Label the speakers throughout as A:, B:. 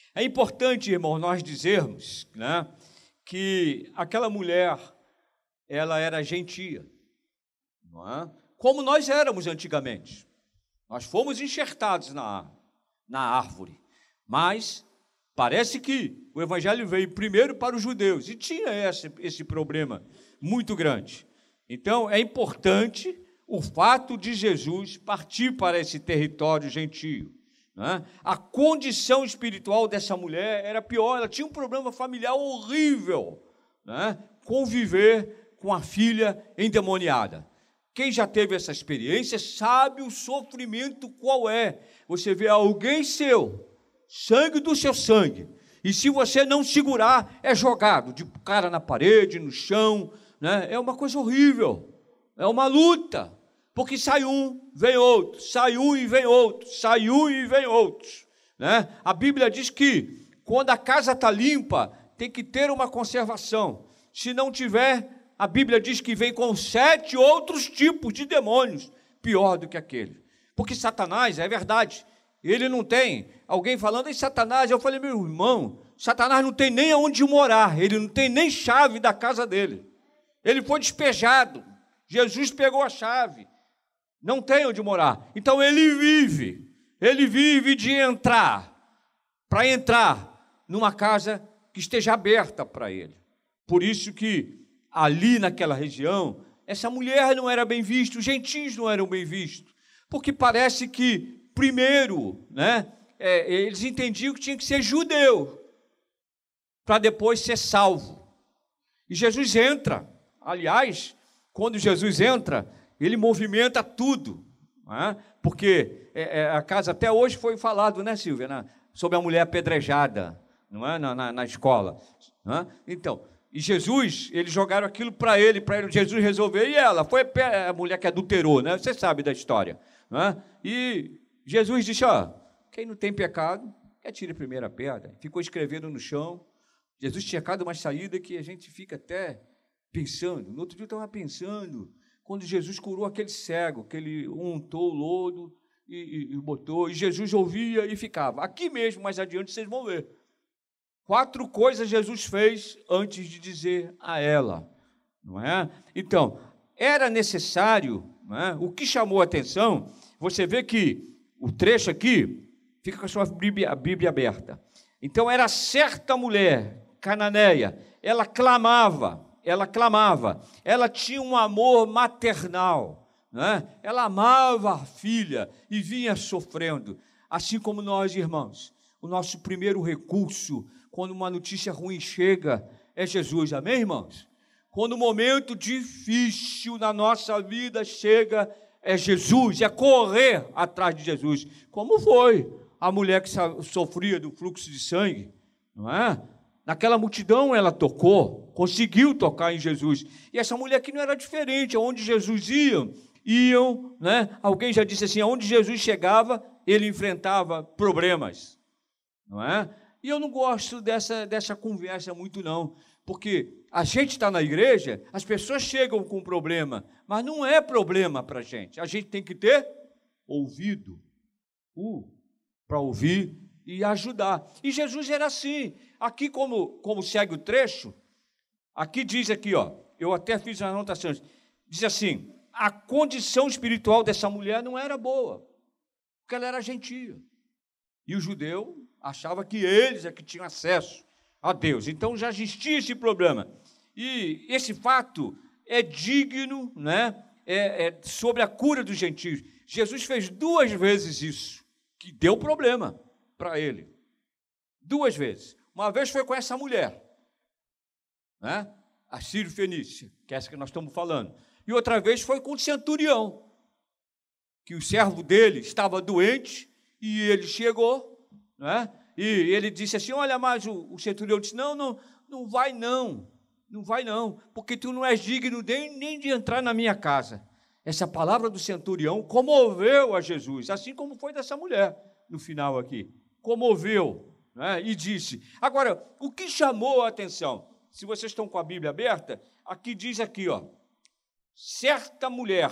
A: É importante, irmão, nós dizermos, né, que aquela mulher, ela era gentia, não é? Como nós éramos antigamente. Nós fomos enxertados na árvore, mas parece que o evangelho veio primeiro para os judeus, e tinha esse problema muito grande. Então, é importante o fato de Jesus partir para esse território gentio, né? A condição espiritual dessa mulher era pior, ela tinha um problema familiar horrível, né? Conviver com a filha endemoniada. Quem já teve essa experiência sabe o sofrimento qual é. Você vê alguém seu, sangue do seu sangue, e se você não segurar, é jogado de cara na parede, no chão, né? É uma coisa horrível, é uma luta, porque sai um, vem outro, sai um e vem outro, sai um e vem outros, né? A Bíblia diz que quando a casa está limpa, tem que ter uma conservação. Se não tiver, a Bíblia diz que vem com 7 outros tipos de demônios, pior do que aquele. Porque Satanás, é verdade, ele não tem, alguém falando em Satanás, eu falei, meu irmão, Satanás não tem nem aonde morar, ele não tem nem chave da casa dele. Ele foi despejado, Jesus pegou a chave, não tem onde morar. Então ele vive de entrar, para entrar numa casa que esteja aberta para ele. Por isso que ali naquela região, essa mulher não era bem vista, os gentios não eram bem vistos, porque parece que, primeiro, né, eles entendiam que tinha que ser judeu, para depois ser salvo. E Jesus entra, aliás, quando Jesus entra, ele movimenta tudo, né? Porque a casa até hoje foi falado, né, Silvia, sobre a mulher apedrejada, não é? na escola, né? Então, e Jesus, eles jogaram aquilo para ele Jesus resolver, e ela foi a mulher que adulterou, né? Você sabe da história, né? E Jesus disse, ó, quem não tem pecado, que atire a primeira pedra. Ficou escrevendo no chão. Jesus tinha cada uma saída que a gente fica até pensando. No outro dia eu estava pensando, quando Jesus curou aquele cego, que ele untou o lodo e botou, e Jesus ouvia e ficava. Aqui mesmo, mais adiante, vocês vão ver. 4 coisas Jesus fez antes de dizer a ela, não é? Então, era necessário, não é? O que chamou a atenção, você vê que o trecho aqui, fica com a sua Bíblia aberta. Então, era certa mulher, cananeia, ela clamava, ela tinha um amor maternal, né? Ela amava a filha e vinha sofrendo, assim como nós, irmãos. O nosso primeiro recurso, quando uma notícia ruim chega, é Jesus, amém, irmãos? Quando um momento difícil na nossa vida chega, é Jesus, é correr atrás de Jesus, como foi a mulher que sofria do fluxo de sangue, não é? Naquela multidão ela tocou, conseguiu tocar em Jesus. E essa mulher que não era diferente, aonde Jesus iam, né? Alguém já disse assim, aonde Jesus chegava, ele enfrentava problemas, não é? E eu não gosto dessa conversa muito não, porque a gente está na igreja, as pessoas chegam com problema, mas não é problema para a gente tem que ter ouvido, para ouvir e ajudar. E Jesus era assim. Aqui, como segue o trecho, aqui diz aqui, ó, eu até fiz as anotações, diz assim, a condição espiritual dessa mulher não era boa, porque ela era gentia. E o judeu achava que eles é que tinham acesso a Deus. Então já existia esse problema. E esse fato é digno, né? Sobre a cura dos gentios. Jesus fez 2 vezes isso, que deu problema para ele. 2 vezes. Uma vez foi com essa mulher, né? A Sírio-Fenícia, que é essa que nós estamos falando. E outra vez foi com o centurião, que o servo dele estava doente, e ele chegou, né? E ele disse assim, olha, mas o centurião disse, não vai não, porque tu não és digno nem de entrar na minha casa. Essa palavra do centurião comoveu a Jesus, assim como foi dessa mulher, no final aqui, comoveu, né? E disse, agora, o que chamou a atenção? Se vocês estão com a Bíblia aberta, aqui diz aqui, ó, certa mulher,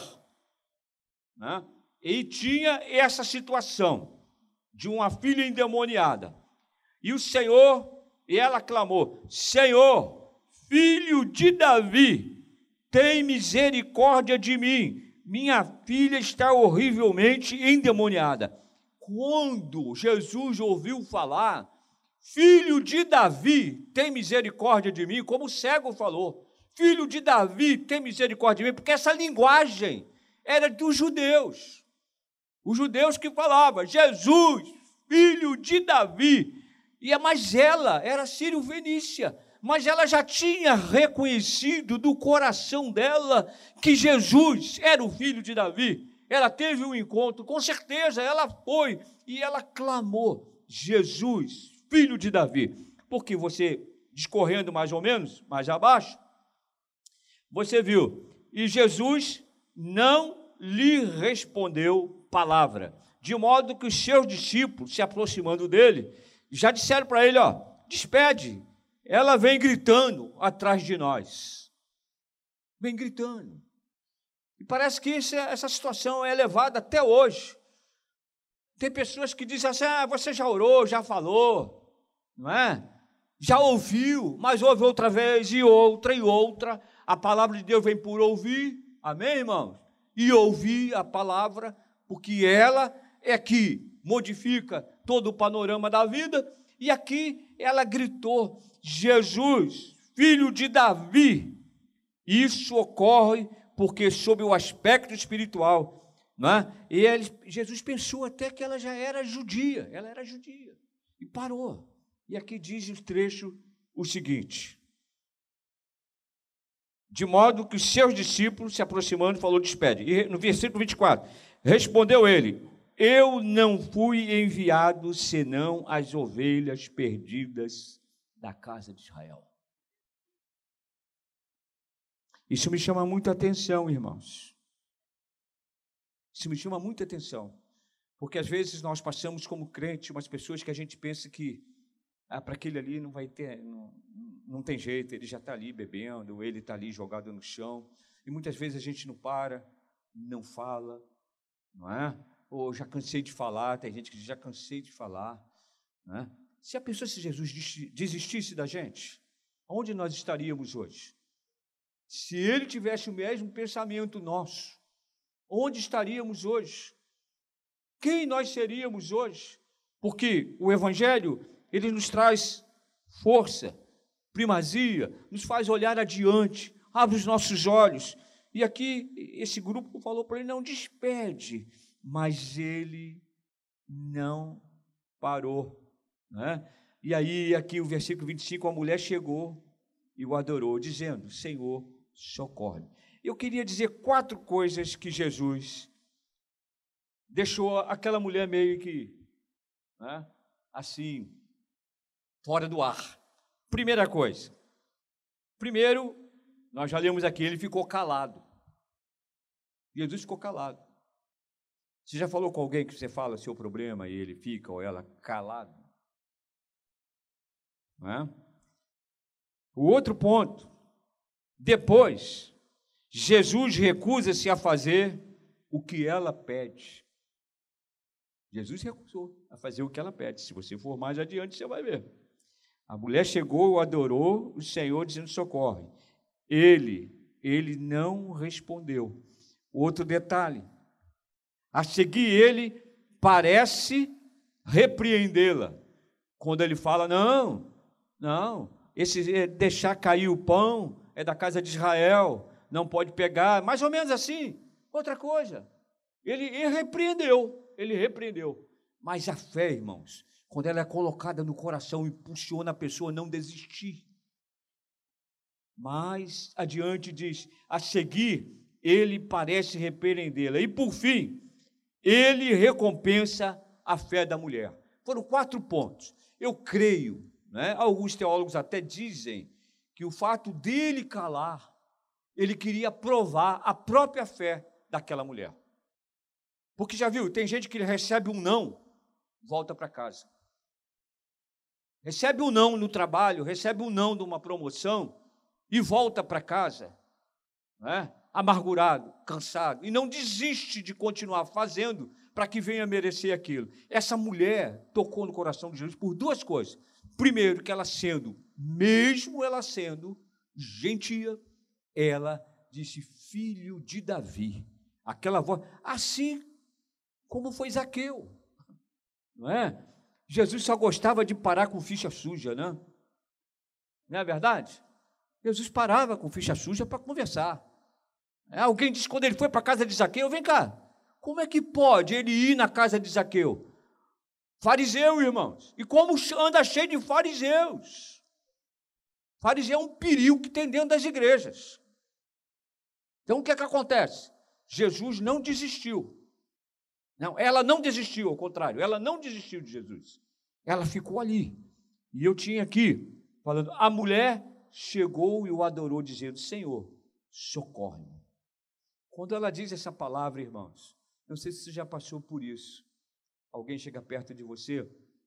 A: né? E tinha essa situação de uma filha endemoniada. E ela clamou: Senhor, filho de Davi, tem misericórdia de mim, minha filha está horrivelmente endemoniada. Quando Jesus ouviu falar, filho de Davi, tem misericórdia de mim, como o cego falou, filho de Davi, tem misericórdia de mim, porque essa linguagem era dos judeus, os judeus que falavam, Jesus, filho de Davi, mas ela era sírio-fenícia, mas ela já tinha reconhecido do coração dela que Jesus era o filho de Davi. Ela teve um encontro, com certeza ela foi e ela clamou: Jesus, filho de Davi. Porque você, discorrendo mais ou menos, mais abaixo, você viu, e Jesus não lhe respondeu palavra, de modo que os seus discípulos, se aproximando dele, já disseram para ele: ó, despede, ela vem gritando atrás de nós, vem gritando. E parece que essa situação é levada até hoje. Tem pessoas que dizem assim: você já orou, já falou, não é? Já ouviu, mas ouve outra vez, e outra. A palavra de Deus vem por ouvir, amém, irmãos? E ouvir a palavra, porque ela é que modifica todo o panorama da vida. E aqui ela gritou: Jesus, filho de Davi. Isso ocorre porque, sob o aspecto espiritual, não é? Jesus pensou até que ela já era judia, e parou. E aqui diz o trecho o seguinte: de modo que os seus discípulos, se aproximando, falou: despede. E no versículo 24, respondeu ele: eu não fui enviado senão as ovelhas perdidas da casa de Israel. Isso me chama muita atenção, irmãos. Isso me chama muita atenção, porque às vezes nós passamos como crente umas pessoas que a gente pensa que para aquele ali não vai ter, não tem jeito, ele já está ali bebendo, ou ele está ali jogado no chão, e muitas vezes a gente não para, não fala, não é? Ou já cansei de falar, tem gente que diz: já cansei de falar, não é? Se Jesus desistisse da gente, onde nós estaríamos hoje? Se ele tivesse o mesmo pensamento nosso, onde estaríamos hoje? Quem nós seríamos hoje? Porque o Evangelho, ele nos traz força, primazia, nos faz olhar adiante, abre os nossos olhos. E aqui, esse grupo falou para ele: não despede, mas ele não parou, né? E aí, aqui o versículo 25, a mulher chegou e o adorou, dizendo: Senhor, socorre. Eu queria dizer 4 coisas que Jesus deixou aquela mulher meio que, né, assim, fora do ar. Primeira coisa, primeiro, nós já lemos aqui, ele ficou calado. Jesus ficou calado. Você já falou com alguém que você fala seu problema e ele fica ou ela calado? Não é? O outro ponto, depois, Jesus recusa-se a fazer o que ela pede. Jesus recusou a fazer o que ela pede. Se você for mais adiante, você vai ver. A mulher chegou, adorou o Senhor, dizendo: socorre. Ele não respondeu. Outro detalhe, a seguir ele parece repreendê-la, quando ele fala: não, esse deixar cair o pão é da casa de Israel, não pode pegar, mais ou menos assim. Outra coisa, ele repreendeu, mas a fé, irmãos, quando ela é colocada no coração, impulsiona a pessoa a não desistir. Mais adiante diz: a seguir ele parece repreendê-la, e por fim ele recompensa a fé da mulher. Foram 4 pontos. Eu creio, né? Alguns teólogos até dizem que o fato dele calar, ele queria provar a própria fé daquela mulher. Porque já viu, tem gente que recebe um não, volta para casa. Recebe um não no trabalho, recebe um não de uma promoção e volta para casa, né? Amargurado, cansado, e não desiste de continuar fazendo, para que venha merecer aquilo. Essa mulher tocou no coração de Jesus por duas coisas. Primeiro, que mesmo ela sendo gentia, ela disse, filho de Davi. Aquela voz, assim como foi Zaqueu, não é? Jesus só gostava de parar com ficha suja, né? Não é verdade? Jesus parava com ficha suja para conversar. Alguém disse, quando ele foi para a casa de Zaqueu, vem cá, como é que pode ele ir na casa de Zaqueu? Fariseu, irmãos. E como anda cheio de fariseus. Fariseu é um perigo que tem dentro das igrejas. Então, o que é que acontece? Jesus não desistiu. Não, ela não desistiu, ao contrário, ela não desistiu de Jesus. Ela ficou ali. E eu tinha aqui, falando, a mulher chegou e o adorou, dizendo, Senhor, socorre-me. Quando ela diz essa palavra, irmãos, não sei se você já passou por isso. Alguém chega perto de você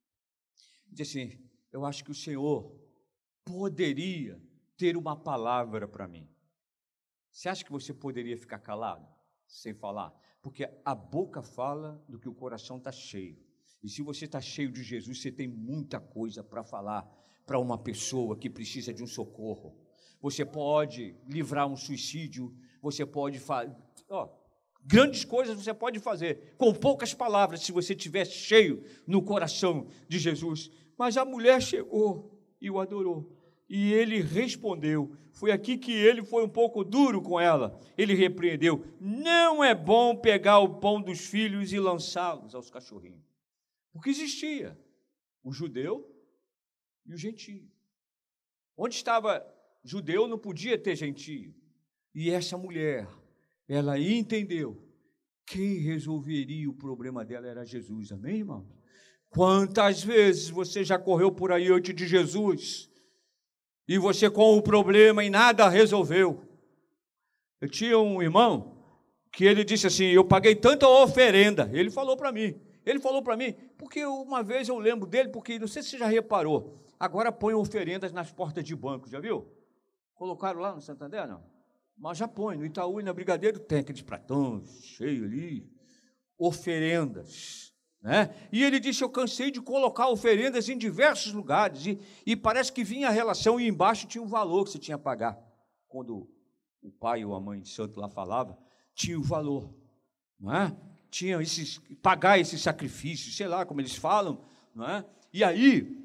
A: e diz assim, eu acho que o Senhor poderia ter uma palavra para mim. Você acha que você poderia ficar calado, sem falar? Porque a boca fala do que o coração está cheio. E se você está cheio de Jesus, você tem muita coisa para falar para uma pessoa que precisa de um socorro. Você pode livrar um suicídio, você pode fazer... grandes coisas você pode fazer, com poucas palavras, se você estiver cheio no coração de Jesus. Mas a mulher chegou e o adorou. E ele respondeu, foi aqui que ele foi um pouco duro com ela, ele repreendeu, não é bom pegar o pão dos filhos e lançá-los aos cachorrinhos, porque existia o judeu e o gentio. Onde estava judeu não podia ter gentio, e essa mulher, ela entendeu, quem resolveria o problema dela era Jesus, amém, irmão? Quantas vezes você já correu por aí antes de Jesus, e você com o problema e nada resolveu? Eu tinha um irmão que ele disse assim, eu paguei tanta oferenda, ele falou para mim, porque uma vez eu lembro dele, porque não sei se você já reparou, agora põe oferendas nas portas de banco, já viu? Colocaram lá no Santander, não? Mas já põe, no Itaú e na Brigadeiro tem aqueles pratões cheios ali, oferendas, né? E ele disse, eu cansei de colocar oferendas em diversos lugares, e parece que vinha a relação, e embaixo tinha um valor que você tinha que pagar. Quando o pai ou a mãe de santo lá falava, tinha o valor, não é? Tinha pagar esses sacrifícios, sei lá como eles falam, não é? E aí,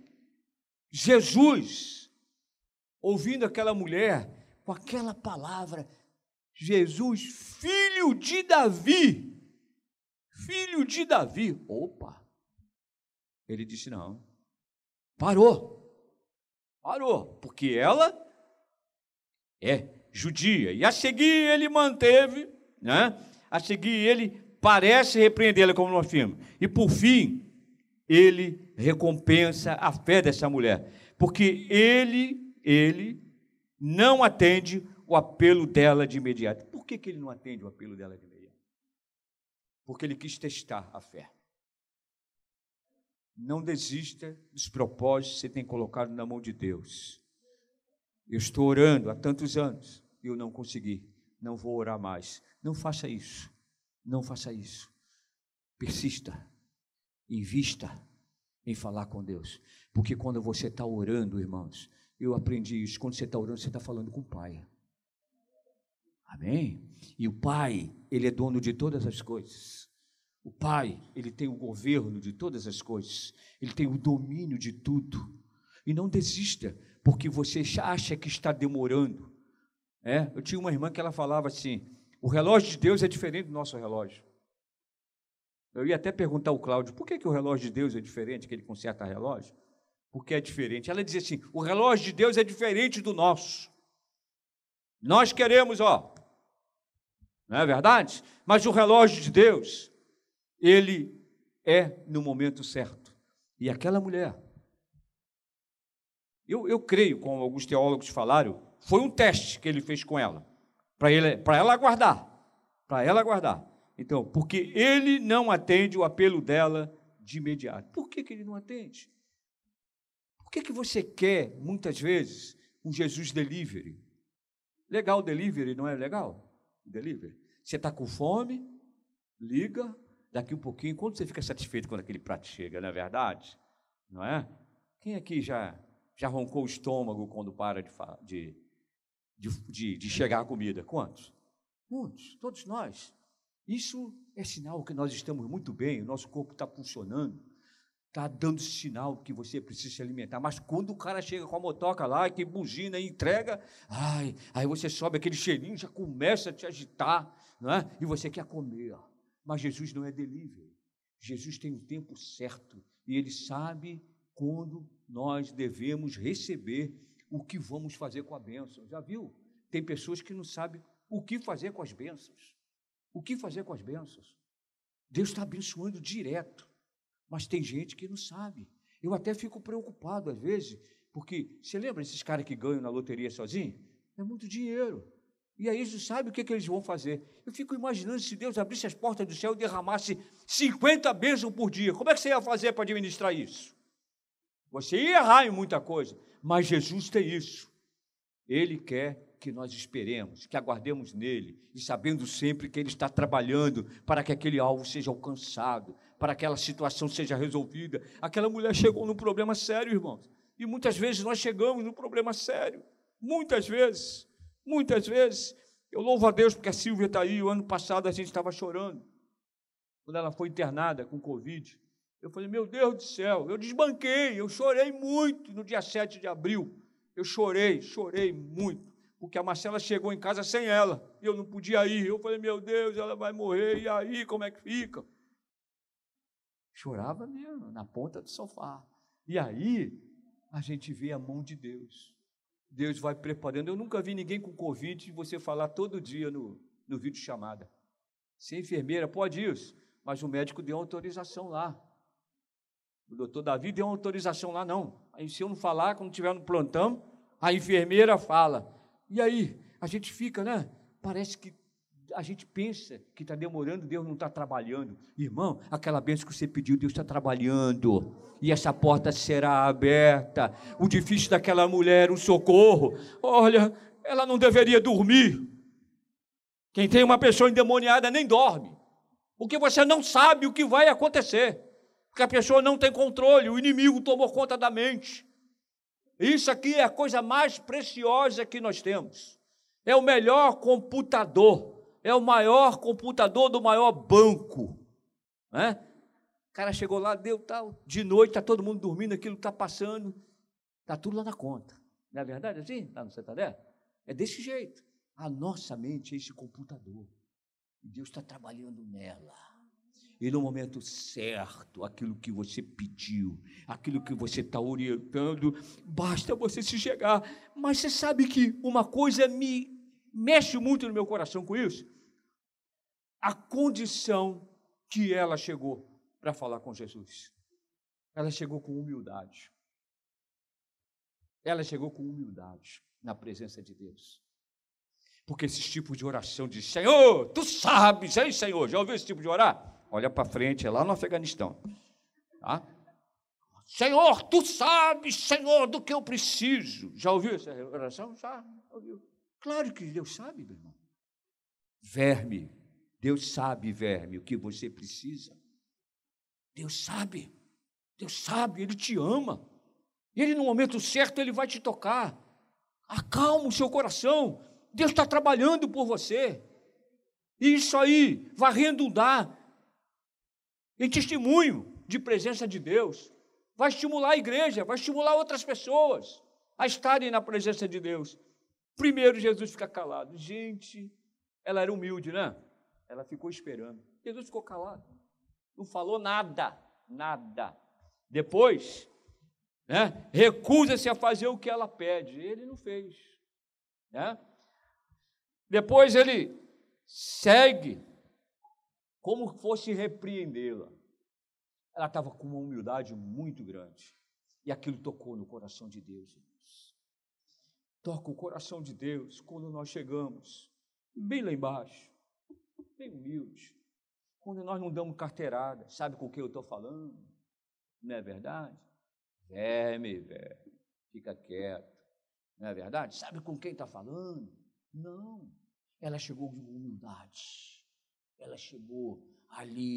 A: Jesus, ouvindo aquela mulher, com aquela palavra, Jesus, filho de Davi, opa, ele disse não, parou, porque ela é judia, e a seguir ele manteve, né? A seguir ele parece repreendê-la como nós vimos, e por fim, ele recompensa a fé dessa mulher, porque ele não atende o apelo dela de imediato. Por que ele não atende o apelo dela de imediato? Porque ele quis testar a fé. Não desista dos propósitos que você tem colocado na mão de Deus. Eu estou orando há tantos anos e eu não consegui, não vou orar mais. Não faça isso, não faça isso. Persista, invista em falar com Deus, porque quando você está orando, irmãos, eu aprendi isso, quando você está orando, você está falando com o Pai, amém? E o Pai, Ele é dono de todas as coisas, o Pai, Ele tem o governo de todas as coisas, Ele tem o domínio de tudo, e não desista, porque você acha que está demorando, eu tinha uma irmã que ela falava assim, o relógio de Deus é diferente do nosso relógio. Eu ia até perguntar ao Cláudio, por que o relógio de Deus é diferente, que ele conserta relógio? Porque é diferente. Ela dizia assim, o relógio de Deus é diferente do nosso. Nós queremos, não é verdade? Mas o relógio de Deus, ele é no momento certo. E aquela mulher, eu creio, como alguns teólogos falaram, foi um teste que ele fez com ela, para ela aguardar, Então, porque ele não atende o apelo dela de imediato. Por que ele não atende? Por que você quer, muitas vezes, um Jesus delivery? Legal delivery, não é legal? Delivery. Você está com fome, liga, daqui um pouquinho, quando você fica satisfeito quando aquele prato chega, não é verdade? Não é? Quem aqui já roncou o estômago quando para de chegar a comida? Quantos? Muitos, todos nós. Isso é sinal que nós estamos muito bem, o nosso corpo está funcionando, está dando sinal que você precisa se alimentar. Mas quando o cara chega com a motoca lá, que buzina e entrega, aí você sobe aquele cheirinho, já começa a te agitar, não é? E você quer comer. Mas Jesus não é delivery. Jesus tem um tempo certo e Ele sabe quando nós devemos receber o que vamos fazer com a bênção. Já viu? Tem pessoas que não sabem o que fazer com as bênçãos. O que fazer com as bênçãos? Deus está abençoando direto, mas tem gente que não sabe. Eu até fico preocupado às vezes, porque você lembra desses caras que ganham na loteria sozinho? É muito dinheiro. E aí eles não sabem o que eles vão fazer. Eu fico imaginando se Deus abrisse as portas do céu e derramasse 50 bênçãos por dia. Como é que você ia fazer para administrar isso? Você ia errar em muita coisa, mas Jesus tem isso. Ele quer que nós esperemos, que aguardemos nele, e sabendo sempre que ele está trabalhando para que aquele alvo seja alcançado, para que aquela situação seja resolvida. Aquela mulher chegou num problema sério, irmãos, e muitas vezes nós chegamos num problema sério, muitas vezes, eu louvo a Deus porque a Silvia está aí. O ano passado a gente estava chorando, quando ela foi internada com Covid. Eu falei, meu Deus do céu, eu desbanquei, eu chorei muito no dia 7 de abril, eu chorei muito, porque a Marcela chegou em casa sem ela, e eu não podia ir. Eu falei, meu Deus, ela vai morrer, e aí, como é que fica? Chorava mesmo, na ponta do sofá. E aí, a gente vê a mão de Deus. Deus vai preparando. Eu nunca vi ninguém com Covid e você falar todo dia no vídeo chamada. Ser enfermeira, pode isso, mas o médico deu autorização lá. O doutor Davi deu uma autorização lá, não. Aí, se eu não falar, quando estiver no plantão, a enfermeira fala. E aí, a gente fica, né? Parece que a gente pensa que está demorando, Deus não está trabalhando. Irmão, aquela bênção que você pediu, Deus está trabalhando. E essa porta será aberta. O difícil daquela mulher, o socorro. Olha, ela não deveria dormir. Quem tem uma pessoa endemoniada nem dorme. Porque você não sabe o que vai acontecer. Porque a pessoa não tem controle, o inimigo tomou conta da mente. Isso aqui é a coisa mais preciosa que nós temos. É o melhor computador, é o maior computador do maior banco. Né? O cara chegou lá, deu tal, de noite, está todo mundo dormindo, aquilo está passando, está tudo lá na conta. Não é verdade assim? Lá no Santander? É desse jeito. A nossa mente é esse computador. E Deus está trabalhando nela. E no momento certo, aquilo que você pediu, aquilo que você está orientando, basta você se chegar. Mas você sabe que uma coisa me mexe muito no meu coração com isso? A condição que ela chegou para falar com Jesus. Ela chegou com humildade. Ela chegou com humildade na presença de Deus. Porque esses tipos de oração de Senhor, tu sabes, hein, Senhor? Já ouviu esse tipo de orar? Olha para frente, é lá no Afeganistão. Tá? Senhor, tu sabes, Senhor, do que eu preciso. Já ouviu essa oração? Já ouviu. Claro que Deus sabe, meu irmão. Verme, Deus sabe, verme, o que você precisa. Deus sabe, Ele te ama. Ele, no momento certo, Ele vai te tocar. Acalma o seu coração. Deus está trabalhando por você. E isso aí vai redundar em testemunho de presença de Deus. Vai estimular a igreja, vai estimular outras pessoas a estarem na presença de Deus. Primeiro, Jesus fica calado. Gente, ela era humilde, né? Ela ficou esperando. Jesus ficou calado. Não falou nada. Depois, né, recusa-se a fazer o que ela pede. Ele não fez. Né? Depois ele segue como fosse repreendê-la. Ela estava com uma humildade muito grande. E aquilo tocou no coração de Deus, irmãos. Toca o coração de Deus quando nós chegamos bem lá embaixo, bem humilde. Quando nós não damos carteirada. Sabe com o que eu estou falando? Não é verdade? Verme, fica quieto. Não é verdade? Sabe com quem está falando? Não. Ela chegou com humildade. Ela chegou ali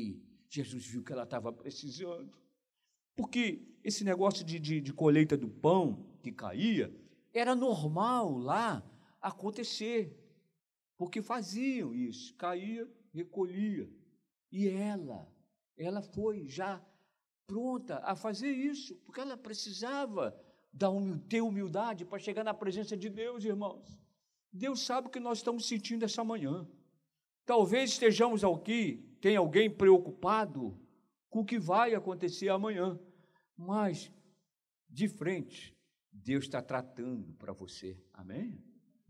A: Jesus viu que ela estava precisando. Porque esse negócio de colheita do pão que caía, era normal lá acontecer. Porque faziam isso, caía, recolhia. E ela foi já pronta a fazer isso, porque ela precisava ter humildade para chegar na presença de Deus, irmãos. Deus sabe o que nós estamos sentindo essa manhã. Talvez estejamos aqui, tem alguém preocupado com o que vai acontecer amanhã, mas, de frente, Deus está tratando para você, amém?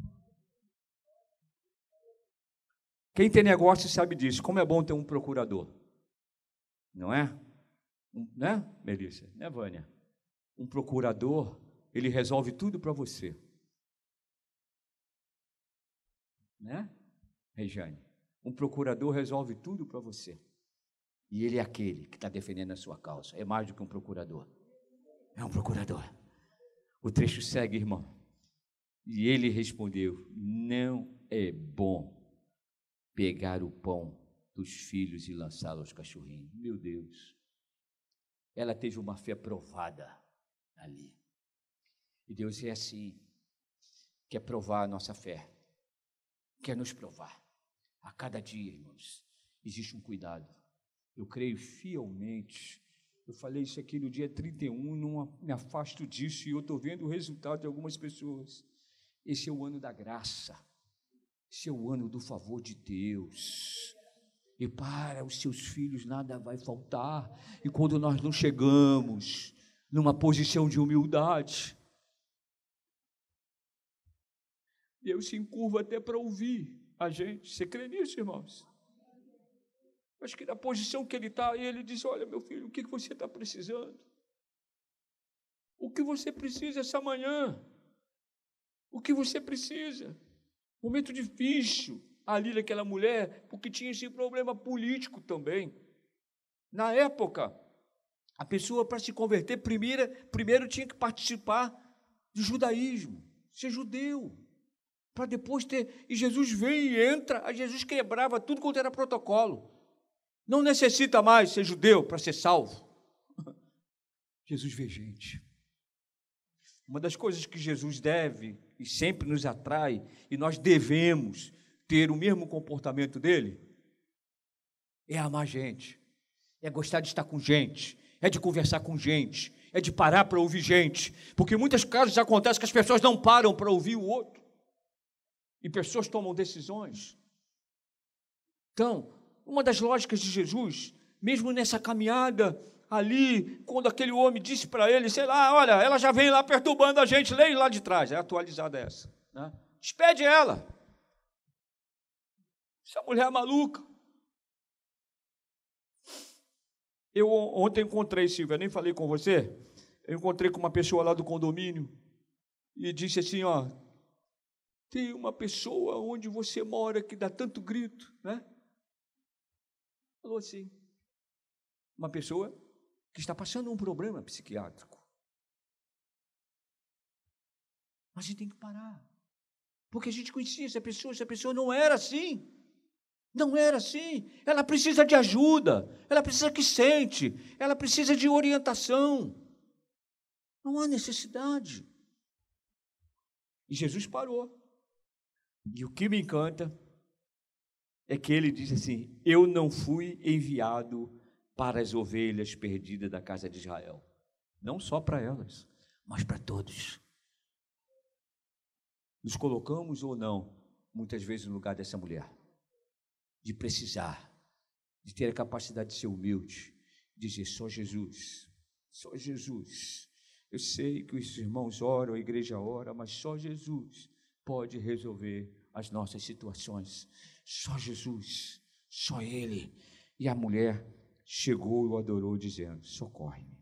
A: Quem tem negócio sabe disso, como é bom ter um procurador, não é? Né, Melissa? Né, Vânia? Um procurador, ele resolve tudo para você. Né, Regiane? Um procurador resolve tudo para você. E ele é aquele que está defendendo a sua causa. É mais do que um procurador. É um procurador. O trecho segue, irmão. E ele respondeu: não é bom pegar o pão dos filhos e lançá-lo aos cachorrinhos. Meu Deus. Ela teve uma fé provada ali. E Deus é assim. Quer provar a nossa fé. Quer nos provar. A cada dia, irmãos, existe um cuidado. Eu creio fielmente. Eu falei isso aqui no dia 31, não me afasto disso, e eu estou vendo o resultado de algumas pessoas. Esse é o ano da graça. Esse é o ano do favor de Deus. E para os seus filhos nada vai faltar. E quando nós não chegamos numa posição de humildade, Deus se encurva até para ouvir a gente. Você crê nisso, irmãos? Acho que na posição que ele está, ele diz: olha, meu filho, o que você está precisando? O que você precisa essa manhã? O que você precisa? Momento difícil ali daquela mulher, porque tinha esse problema político também. Na época, a pessoa, para se converter, primeiro tinha que participar do judaísmo, ser judeu, para depois ter. E Jesus vem e entra, a Jesus quebrava tudo quanto era protocolo. Não necessita mais ser judeu para ser salvo. Jesus vê gente. Uma das coisas que Jesus deve e sempre nos atrai, e nós devemos ter o mesmo comportamento dele, é amar gente, é gostar de estar com gente, é de conversar com gente, é de parar para ouvir gente, porque em muitos casos acontece que as pessoas não param para ouvir o outro, e pessoas tomam decisões. Então, uma das lógicas de Jesus, mesmo nessa caminhada ali, quando aquele homem disse para ele, sei lá, olha, ela já vem lá perturbando a gente, leia lá de trás, é atualizada essa, né? Despede ela, essa mulher maluca. Eu ontem encontrei, Silvia, nem falei com você, eu encontrei com uma pessoa lá do condomínio, e disse assim, ó, tem uma pessoa onde você mora que dá tanto grito, né? Falou assim, uma pessoa que está passando um problema psiquiátrico. Mas a gente tem que parar, porque a gente conhecia essa pessoa não era assim, ela precisa de ajuda, ela precisa que sente, ela precisa de orientação, não há necessidade. E Jesus parou, e o que me encanta é que ele diz assim, eu não fui enviado para as ovelhas perdidas da casa de Israel, não só para elas, mas para todos. Nos colocamos ou não, muitas vezes no lugar dessa mulher, de precisar, de ter a capacidade de ser humilde, de dizer só Jesus, eu sei que os irmãos oram, a igreja ora, mas só Jesus pode resolver as nossas situações, só Jesus, só Ele. E a mulher chegou e o adorou dizendo, socorre-me.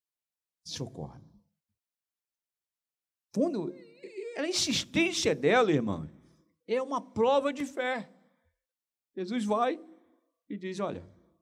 A: Quando a insistência dela, irmã, é uma prova de fé. Jesus vai e diz, olha,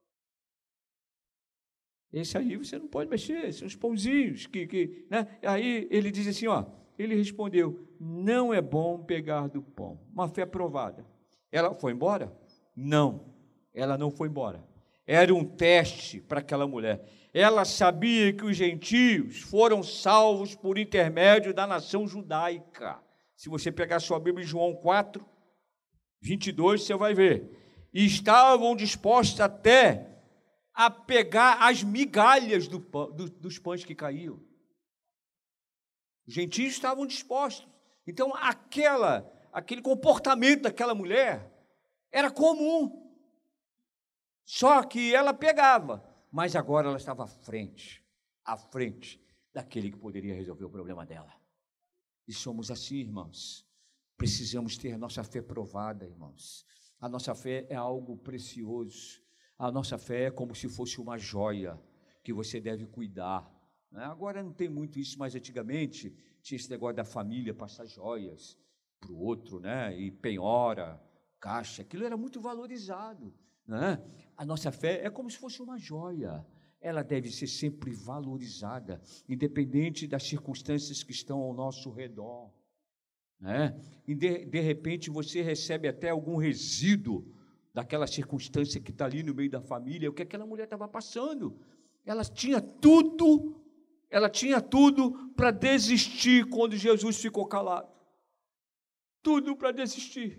A: esse aí você não pode mexer, são os pãozinhos, né? Aí ele diz assim, ó, ele respondeu, não é bom pegar do pão, uma fé provada. Ela foi embora? Não, ela não foi embora. era um teste para aquela mulher. Ela sabia que os gentios foram salvos por intermédio da nação judaica. Se você pegar sua Bíblia em João 4, 22, você vai ver. E estavam dispostos até a pegar as migalhas dos pães que caíam. Os gentios estavam dispostos. Então, aquele comportamento daquela mulher era comum. Só que ela pegava, mas agora ela estava à frente daquele que poderia resolver o problema dela. E somos assim, irmãos. Precisamos ter a nossa fé provada, irmãos. A nossa fé é algo precioso. A nossa fé é como se fosse uma joia que você deve cuidar. Agora não tem muito isso, mas antigamente tinha esse negócio da família passar joias para o outro, e penhora, caixa, aquilo era muito valorizado. A nossa fé é como se fosse uma joia, ela deve ser sempre valorizada, independente das circunstâncias que estão ao nosso redor. E de repente você recebe até algum resíduo daquela circunstância que está ali no meio da família, o que aquela mulher estava passando. Ela tinha tudo para desistir quando Jesus ficou calado. Tudo para desistir.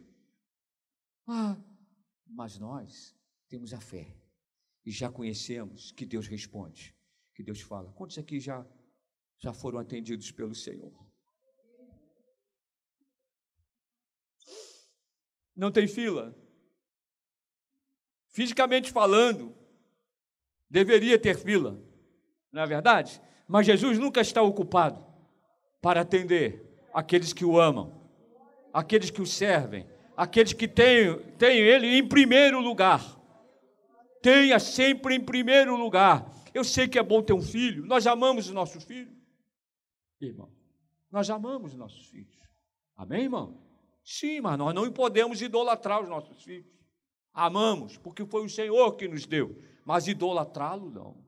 A: Mas nós temos a fé e já conhecemos que Deus responde, que Deus fala. Quantos aqui já foram atendidos pelo Senhor? Não tem fila? Fisicamente falando, deveria ter fila, não é verdade? Mas Jesus nunca está ocupado para atender aqueles que o amam, aqueles que o servem, aqueles que têm Ele em primeiro lugar. Tenha sempre em primeiro lugar. Eu sei que é bom ter um filho, nós amamos os nossos filhos, irmão, nós amamos os nossos filhos, amém, irmão? Sim, mas nós não podemos idolatrar os nossos filhos. Amamos, porque foi o Senhor que nos deu, mas idolatrá-lo não.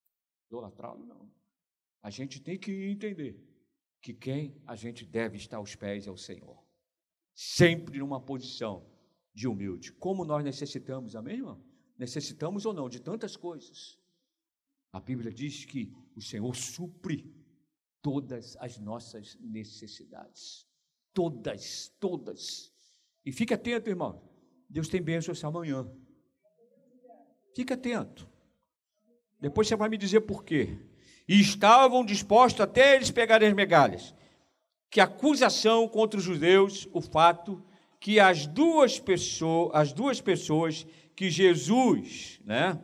A: A gente tem que entender que quem a gente deve estar aos pés é o Senhor, sempre numa posição de humilde, como nós necessitamos, amém, irmão? Necessitamos ou não de tantas coisas. A Bíblia diz que o Senhor supre todas as nossas necessidades, todas. E fique atento, irmão. Deus tem bênção essa manhã. Fica atento. Depois você vai me dizer por quê. E estavam dispostos até eles pegarem as migalhas. Que acusação contra os judeus, o fato que as duas pessoas que Jesus,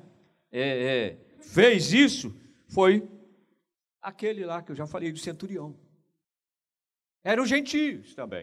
A: fez isso, foi aquele lá que eu já falei do centurião. Eram gentios também.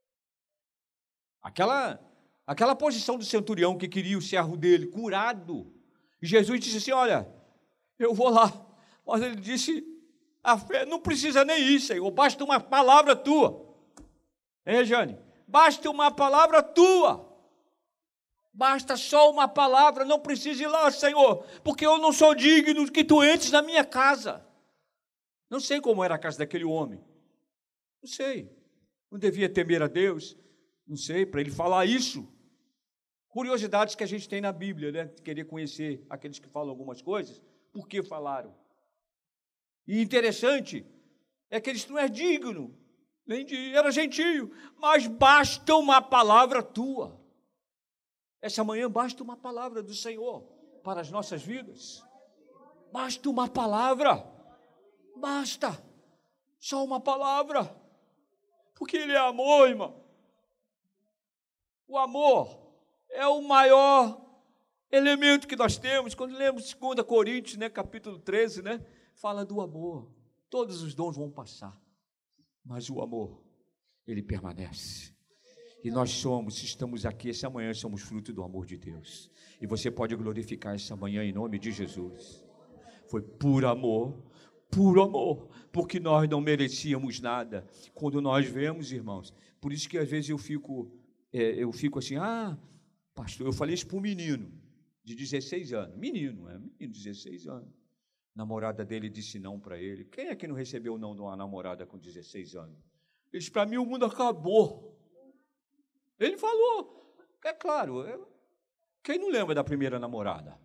A: Aquela posição do centurião que queria o servo dele curado. E Jesus disse assim, olha, eu vou lá. Mas ele disse, a fé não precisa nem ir, Senhor, basta uma palavra tua. Hein, Jane? Basta uma palavra tua. Basta só uma palavra, não precisa ir lá, Senhor, porque eu não sou digno que tu entres na minha casa. Não sei como era a casa daquele homem. Não sei. Não devia temer a Deus. Não sei, para ele falar isso. Curiosidades que a gente tem na Bíblia, querer conhecer aqueles que falam algumas coisas, por que falaram. E interessante é que eles não é digno, era gentio, mas basta uma palavra tua. Essa manhã basta uma palavra do Senhor para as nossas vidas. Basta uma palavra. Basta. Só uma palavra. Porque Ele é amor, irmão. O amor é o maior elemento que nós temos. Quando lemos 2 Coríntios, capítulo 13, fala do amor. Todos os dons vão passar, mas o amor, ele permanece. E nós estamos aqui essa manhã, somos fruto do amor de Deus. E você pode glorificar essa manhã em nome de Jesus. Foi por amor, porque nós não merecíamos nada. Quando nós vemos, irmãos, por isso que às vezes eu fico assim, pastor, eu falei isso para um menino de 16 anos, menino de 16 anos, namorada dele disse não para ele. Quem é que não recebeu não de uma namorada com 16 anos? Ele disse, para mim o mundo acabou. Ele falou, é claro, quem não lembra da primeira namorada?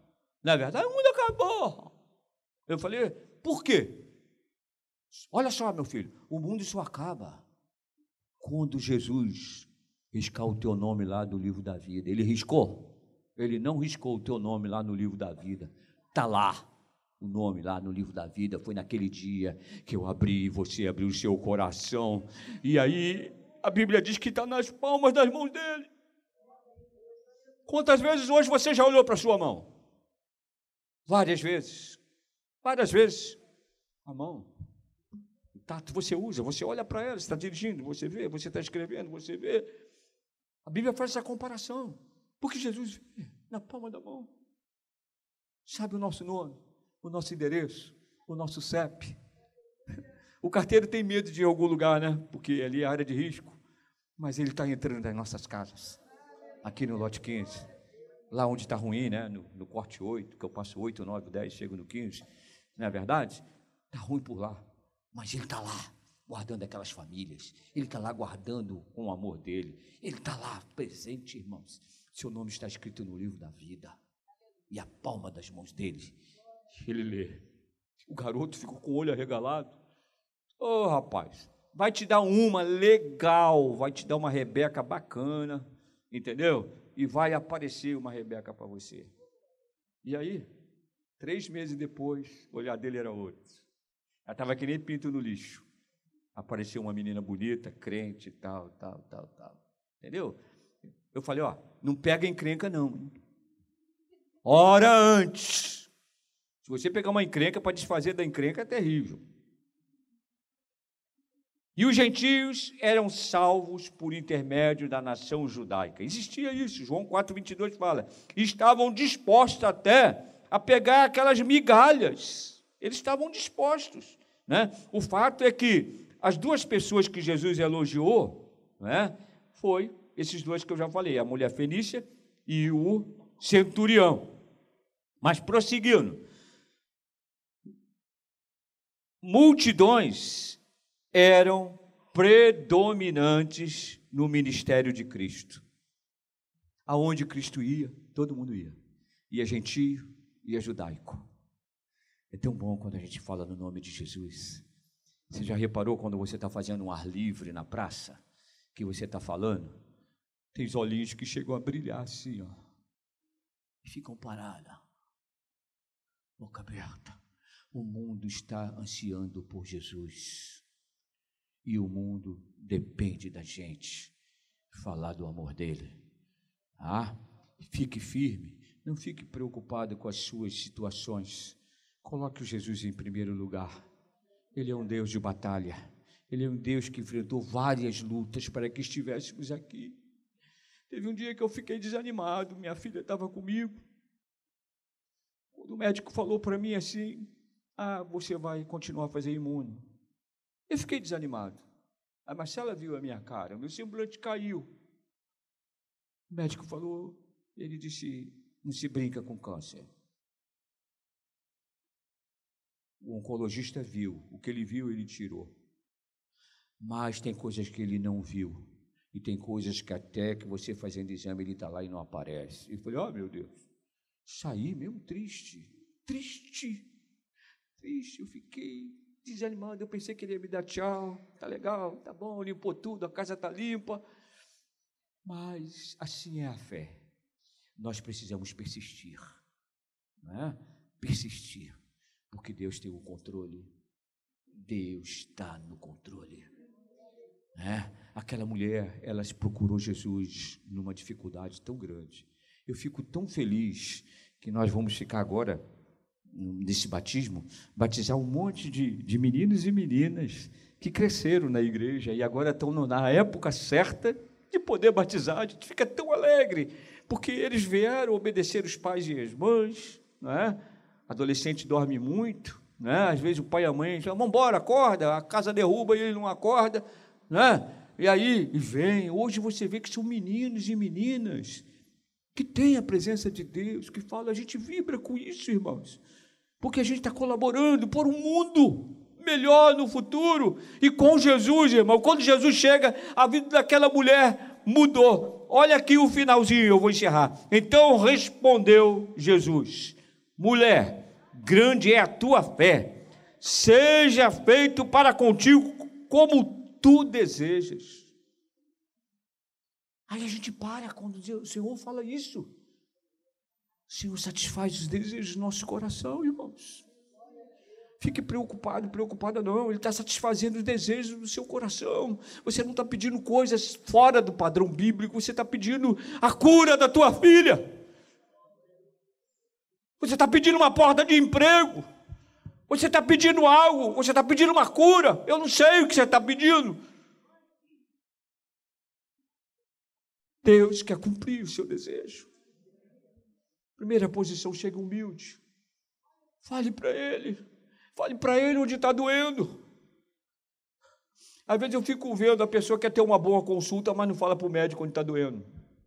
A: Na verdade, o mundo acabou. Eu falei, por quê? Olha só, meu filho, o mundo só acaba quando Jesus riscar o teu nome lá do livro da vida. Ele riscou? Ele não riscou o teu nome lá no livro da vida. Está lá, o nome lá no livro da vida. Foi naquele dia que eu abri, você abriu o seu coração. E aí, a Bíblia diz que está nas palmas das mãos dele. Quantas vezes hoje você já olhou para a sua mão? Várias vezes. Várias vezes. A mão. O tato você usa, você olha para ela, você está dirigindo, você vê, você está escrevendo, você vê. A Bíblia faz essa comparação. Porque Jesus vê na palma da mão. Sabe o nosso nome, o nosso endereço, o nosso CEP. O carteiro tem medo de ir em algum lugar, né? Porque ali é área de risco. Mas ele está entrando nas nossas casas. Aqui no lote 15. Lá onde está ruim, né? No corte 8, que eu passo 8, 9, 10, chego no 15. Não é verdade? Está ruim por lá. Mas ele está lá, guardando aquelas famílias. Ele está lá guardando com o amor dele. Ele está lá presente, irmãos. Seu nome está escrito no livro da vida. E a palma das mãos dele. Ele lê. O garoto ficou com o olho arregalado. Ô, rapaz, vai te dar uma legal. Vai te dar uma Rebeca bacana. Entendeu? E vai aparecer uma Rebeca para você. E aí, 3 meses depois, o olhar dele era outro. Ela estava que nem pinto no lixo. Apareceu uma menina bonita, crente, tal. Entendeu? Eu falei, ó, não pega encrenca não. Ora antes. Se você pegar uma encrenca para desfazer da encrenca, é terrível. E os gentios eram salvos por intermédio da nação judaica. Existia isso, João 4,22 fala. Estavam dispostos até a pegar aquelas migalhas. Eles estavam dispostos, né? O fato é que as 2 pessoas que Jesus elogiou, né, foi esses 2 que eu já falei, a mulher fenícia e o centurião. Mas prosseguindo, multidões eram predominantes no ministério de Cristo. Aonde Cristo ia, todo mundo ia. Ia gentio, ia judaico. É tão bom quando a gente fala no nome de Jesus. Você já reparou quando você está fazendo um ar livre na praça, que você está falando? Tem os olhinhos que chegam a brilhar assim, ó. E ficam parados. Boca aberta. O mundo está ansiando por Jesus. E o mundo depende da gente falar do amor dele. Fique firme. Não fique preocupado com as suas situações. Coloque o Jesus em primeiro lugar. Ele é um Deus de batalha. Ele é um Deus que enfrentou várias lutas para que estivéssemos aqui. Teve um dia que eu fiquei desanimado. Minha filha estava comigo. Quando o médico falou para mim assim, você vai continuar a fazer imuno. Eu fiquei desanimado. A Marcela viu a minha cara, o meu semblante caiu. O médico falou, ele disse, não se brinca com câncer. O oncologista viu, o que ele viu, ele tirou. Mas tem coisas que ele não viu. E tem coisas que até que você fazendo exame, ele está lá e não aparece. E eu falei, meu Deus, saí mesmo triste. Eu fiquei desanimado, eu pensei que ele ia me dar tchau, tá legal, tá bom, limpou tudo, a casa tá limpa. Mas assim é a fé. Nós precisamos persistir, não é? Persistir. Porque Deus tem o controle. Deus está no controle. Aquela mulher, ela procurou Jesus numa dificuldade tão grande. Eu fico tão feliz que nós vamos ficar agora, nesse batismo, batizar um monte de meninos e meninas que cresceram na igreja e agora estão na época certa de poder batizar. A gente fica tão alegre, porque eles vieram obedecer os pais e as mães, não é? Adolescente dorme muito, né? Às vezes o pai e a mãe dizem, vamos embora, acorda, a casa derruba e ele não acorda, né? E aí, vem, hoje você vê que são meninos e meninas que têm a presença de Deus, que falam, a gente vibra com isso, irmãos, porque a gente está colaborando por um mundo melhor no futuro, e com Jesus, irmão, quando Jesus chega, a vida daquela mulher mudou. Olha aqui o finalzinho, eu vou encerrar. Então respondeu Jesus, mulher, grande é a tua fé, seja feito para contigo como tu desejas. Aí a gente para quando o Senhor fala isso. O Senhor satisfaz os desejos do nosso coração, irmãos. Fique preocupado, preocupada não, Ele está satisfazendo os desejos do seu coração. Você não está pedindo coisas fora do padrão bíblico, você está pedindo a cura da tua filha. Você está pedindo uma porta de emprego. Você está pedindo algo, você está pedindo uma cura. Eu não sei o que você está pedindo. Deus quer cumprir o seu desejo. Primeira posição, chega humilde. Fale para Ele. Fale para Ele onde está doendo. Às vezes eu fico vendo a pessoa que quer ter uma boa consulta, mas não fala para o médico onde está doendo.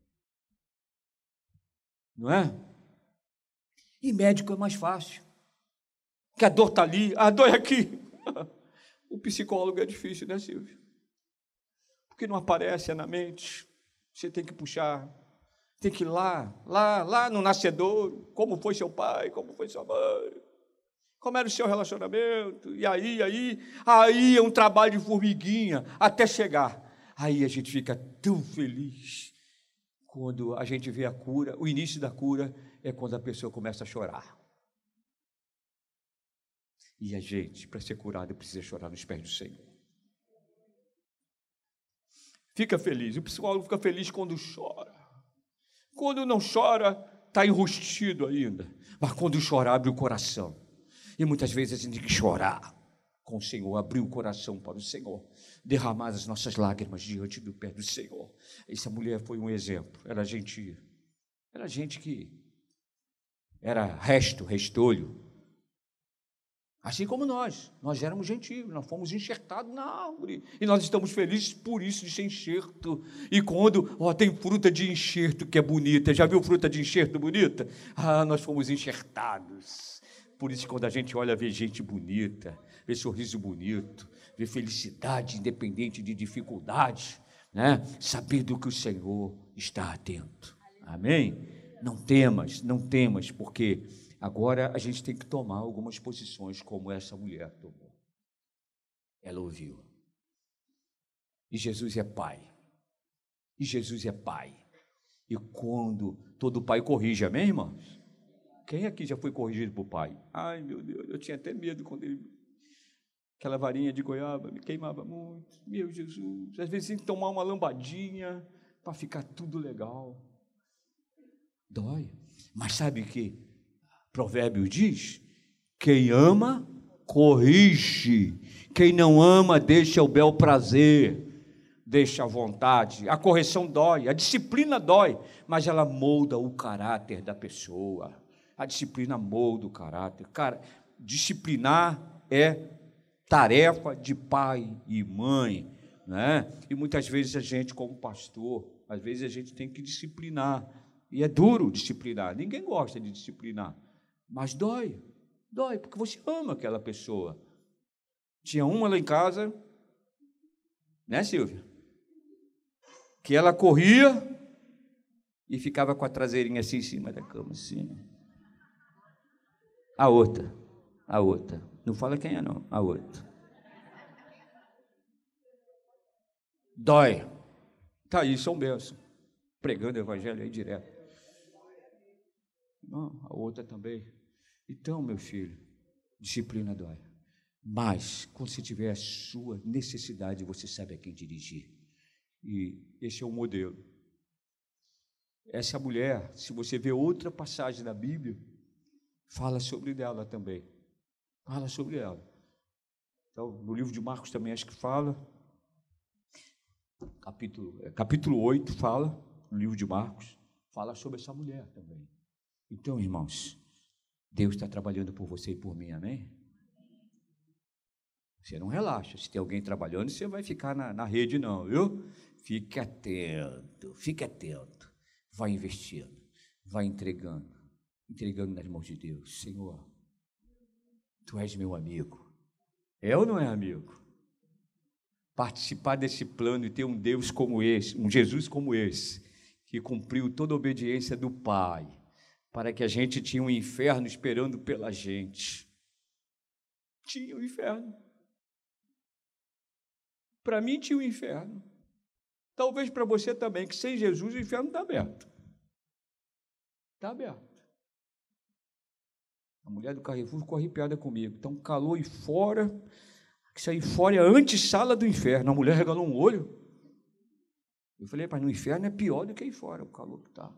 A: Não é? E médico é mais fácil. Que a dor está ali, a dor é aqui. O psicólogo é difícil, né, Silvio? Porque não aparece, é na mente. Você tem que puxar, tem que ir lá no nascedouro. Como foi seu pai, como foi sua mãe. Como era o seu relacionamento, e aí é um trabalho de formiguinha, até chegar. Aí a gente fica tão feliz, quando a gente vê a cura. O início da cura é quando a pessoa começa a chorar. E a gente, para ser curado, precisa chorar nos pés do Senhor. Fica feliz, o psicólogo fica feliz quando chora. Quando não chora, está enrustido ainda, mas quando chora, abre o coração. E muitas vezes a gente tem que chorar com o Senhor, abrir o coração para o Senhor, derramar as nossas lágrimas diante do pé do Senhor. Essa mulher foi um exemplo, era gentia, era gente que era restolho, assim como nós éramos gentios, nós fomos enxertados na árvore, e nós estamos felizes por isso de ser enxerto. E quando tem fruta de enxerto que é bonita, já viu fruta de enxerto bonita? Nós fomos enxertados. Por isso, quando a gente olha, vê gente bonita, vê sorriso bonito, vê felicidade, independente de dificuldade, né? Sabendo que o Senhor está atento. Amém? Não temas, porque agora a gente tem que tomar algumas posições como essa mulher tomou. Ela ouviu. E Jesus é Pai. E quando todo pai corrige, amém, irmãos? Quem aqui já foi corrigido por pai? Ai, meu Deus, eu tinha até medo quando aquela varinha de goiaba me queimava muito. Meu Jesus, às vezes tem que tomar uma lambadinha para ficar tudo legal. Dói. Mas sabe o que Provérbio diz? Quem ama, corrige. Quem não ama, deixa o bel prazer, deixa a vontade. A correção dói, a disciplina dói, mas ela molda o caráter da pessoa. A disciplina molda o caráter. Cara, disciplinar é tarefa de pai e mãe, né? E muitas vezes a gente, como pastor, às vezes a gente tem que disciplinar. E é duro disciplinar. Ninguém gosta de disciplinar. Mas dói, porque você ama aquela pessoa. Tinha uma lá em casa, né, Silvia? Que ela corria e ficava com a traseirinha assim em cima da cama, assim. A outra. Não fala quem é, não. A outra. Dói. Está aí, São Benção, pregando o evangelho aí direto. Não, a outra também. Então, meu filho, disciplina dói. Mas, quando você tiver a sua necessidade, você sabe a quem dirigir. E esse é o modelo. Essa mulher, se você vê outra passagem da Bíblia, fala sobre ela também. Fala sobre ela. Então, no livro de Marcos também acho que fala. Capítulo 8 fala, no livro de Marcos, fala sobre essa mulher também. Então, irmãos, Deus está trabalhando por você e por mim, amém? Você não relaxa. Se tem alguém trabalhando, você vai ficar na rede não, viu? Fique atento. Vai investindo, vai entregando nas mãos de Deus. Senhor, Tu és meu amigo. É ou não é amigo? Participar desse plano e ter um Deus como esse, um Jesus como esse, que cumpriu toda a obediência do Pai, para que a gente tinha um inferno esperando pela gente. Tinha um inferno. Para mim tinha um inferno. Talvez para você também, que sem Jesus o inferno está aberto. Está aberto. A mulher do Carrefour ficou arrepiada comigo. Então, calor aí fora, isso aí fora é a antessala do inferno. A mulher regalou um olho. Eu falei, mas no inferno é pior do que aí fora, o calor que está.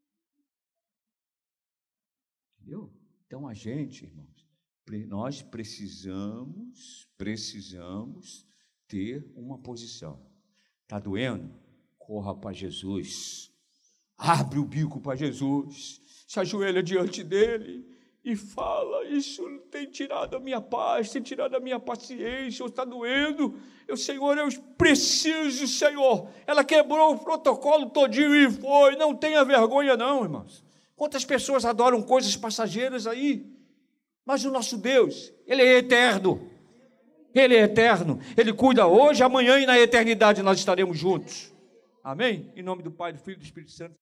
A: Entendeu? Então, a gente, irmãos, nós precisamos ter uma posição. Está doendo? Corra para Jesus. Abre o bico para Jesus. Se ajoelha diante dele e fala, isso tem tirado a minha paz, tem tirado a minha paciência, está doendo. Senhor, eu preciso, Senhor. Ela quebrou o protocolo todinho e foi. Não tenha vergonha não, irmãos. Quantas pessoas adoram coisas passageiras aí? Mas o nosso Deus, Ele é eterno. Ele é eterno. Ele cuida hoje, amanhã e na eternidade nós estaremos juntos. Amém? Em nome do Pai, do Filho e do Espírito Santo.